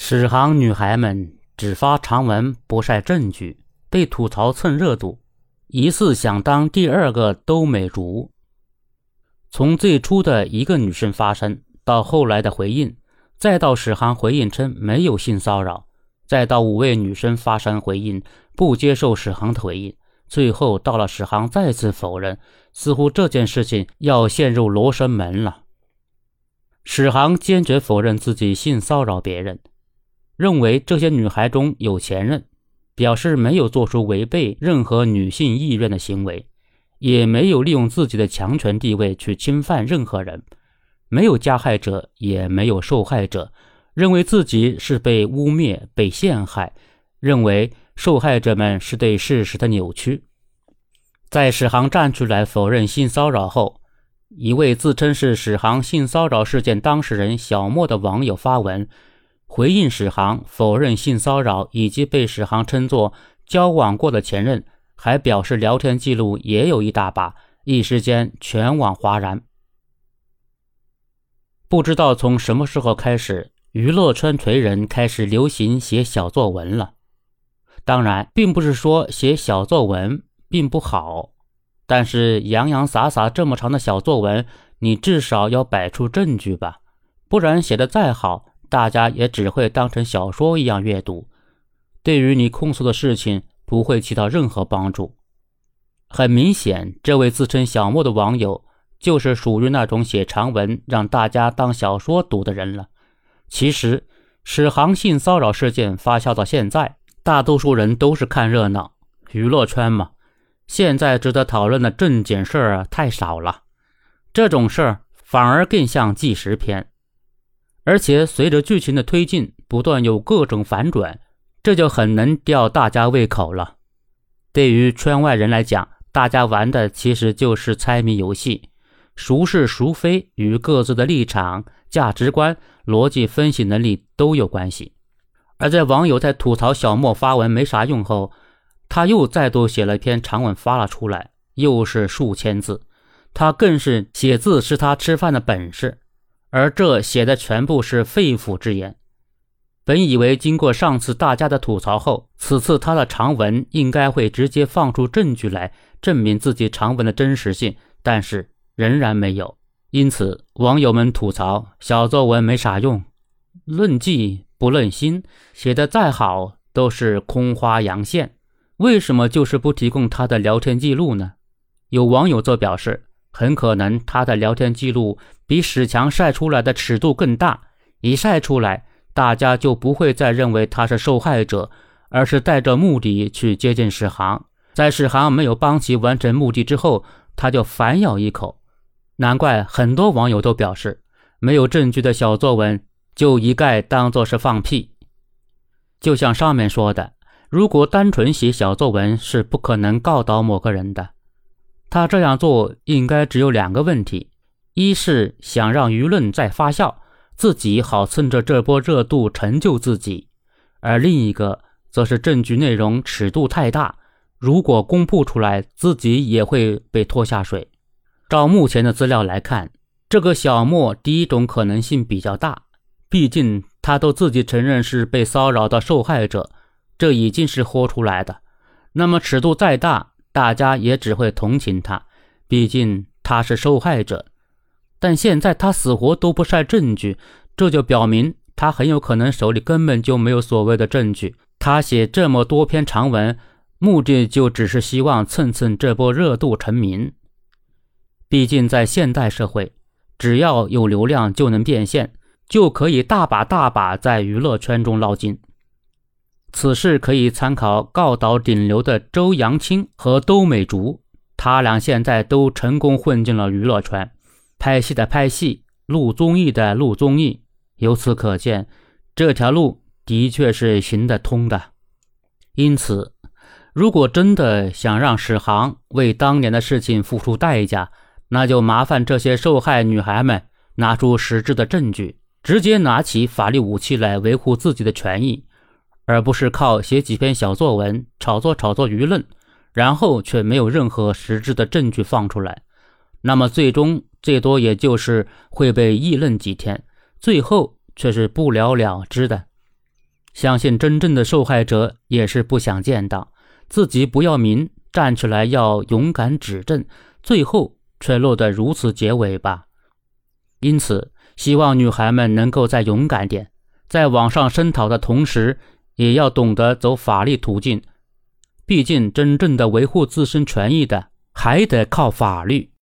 史航女孩们只发长文不晒证据，被吐槽蹭热度，疑似想当第二个都美竹。从最初的一个女生发声，到后来的回应，再到史航回应称没有性骚扰，再到5位女生发声回应不接受史航的回应，最后到了史航再次否认，似乎这件事情要陷入罗生门了。史航坚决否认自己性骚扰别人，认为这些女孩中有前任，表示没有做出违背任何女性意愿的行为，也没有利用自己的强权地位去侵犯任何人，没有加害者也没有受害者，认为自己是被污蔑被陷害，认为受害者们是对事实的扭曲。在史航站出来否认性骚扰后，一位自称是史航性骚扰事件当事人小莫的网友发文回应史航否认性骚扰以及被史航称作交往过的前任，还表示聊天记录也有一大把，一时间全网哗然。不知道从什么时候开始，娱乐圈垂人开始流行写小作文了。当然并不是说写小作文并不好，但是洋洋洒洒这么长的小作文，你至少要摆出证据吧，不然写得再好，大家也只会当成小说一样阅读，对于你控诉的事情不会起到任何帮助。很明显，这位自称小莫的网友就是属于那种写长文让大家当小说读的人了。其实史航性骚扰事件发酵到现在，大多数人都是看热闹，娱乐圈嘛，现在值得讨论的正经事儿太少了，这种事儿反而更像纪实片。而且随着剧情的推进，不断有各种反转，这就很能吊大家胃口了。对于圈外人来讲，大家玩的其实就是猜谜游戏，孰是孰非与各自的立场、价值观、逻辑分析能力都有关系。而在网友在吐槽小莫发文没啥用后，他又再度写了一篇长文发了出来，又是数千字，他更是写字是他吃饭的本事，而这写的全部是肺腑之言。本以为经过上次大家的吐槽后，此次他的长文应该会直接放出证据来证明自己长文的真实性，但是仍然没有。因此网友们吐槽小作文没啥用，论迹不论心，写得再好都是空花阳线，为什么就是不提供他的聊天记录呢？有网友则表示，很可能他的聊天记录比史强晒出来的尺度更大，一晒出来，大家就不会再认为他是受害者，而是带着目的去接近史航。在史航没有帮其完成目的之后，他就反咬一口。难怪很多网友都表示，没有证据的小作文就一概当作是放屁。就像上面说的，如果单纯写小作文是不可能告倒某个人的。他这样做应该只有2个问题，一是想让舆论再发酵，自己好趁着这波热度成就自己，而另一个则是证据内容尺度太大，如果公布出来，自己也会被拖下水。照目前的资料来看，这个小莫第一种可能性比较大，毕竟他都自己承认是被骚扰的受害者，这已经是豁出来的。那么尺度再大，大家也只会同情他，毕竟他是受害者。但现在他死活都不晒证据，这就表明他很有可能手里根本就没有所谓的证据。他写这么多篇长文，目的就只是希望蹭蹭这波热度成名。毕竟在现代社会，只要有流量就能变现，就可以大把在娱乐圈中捞金。此事可以参考告倒顶流的周扬青和都美竹，他俩现在都成功混进了娱乐圈，拍戏的拍戏，录综艺的录综艺，由此可见，这条路的确是行得通的。因此，如果真的想让史航为当年的事情付出代价，那就麻烦这些受害女孩们拿出实质的证据，直接拿起法律武器来维护自己的权益，而不是靠写几篇小作文炒作舆论，然后却没有任何实质的证据放出来。那么最终最多也就是会被议论几天，最后却是不了了之的。 相信真正的受害者也是不想见到自己不要名，站出来要勇敢指证，最后却落得如此结尾吧。因此希望女孩们能够再勇敢点，在网上声讨的同时，也要懂得走法律途径，毕竟真正的维护自身权益的还得靠法律。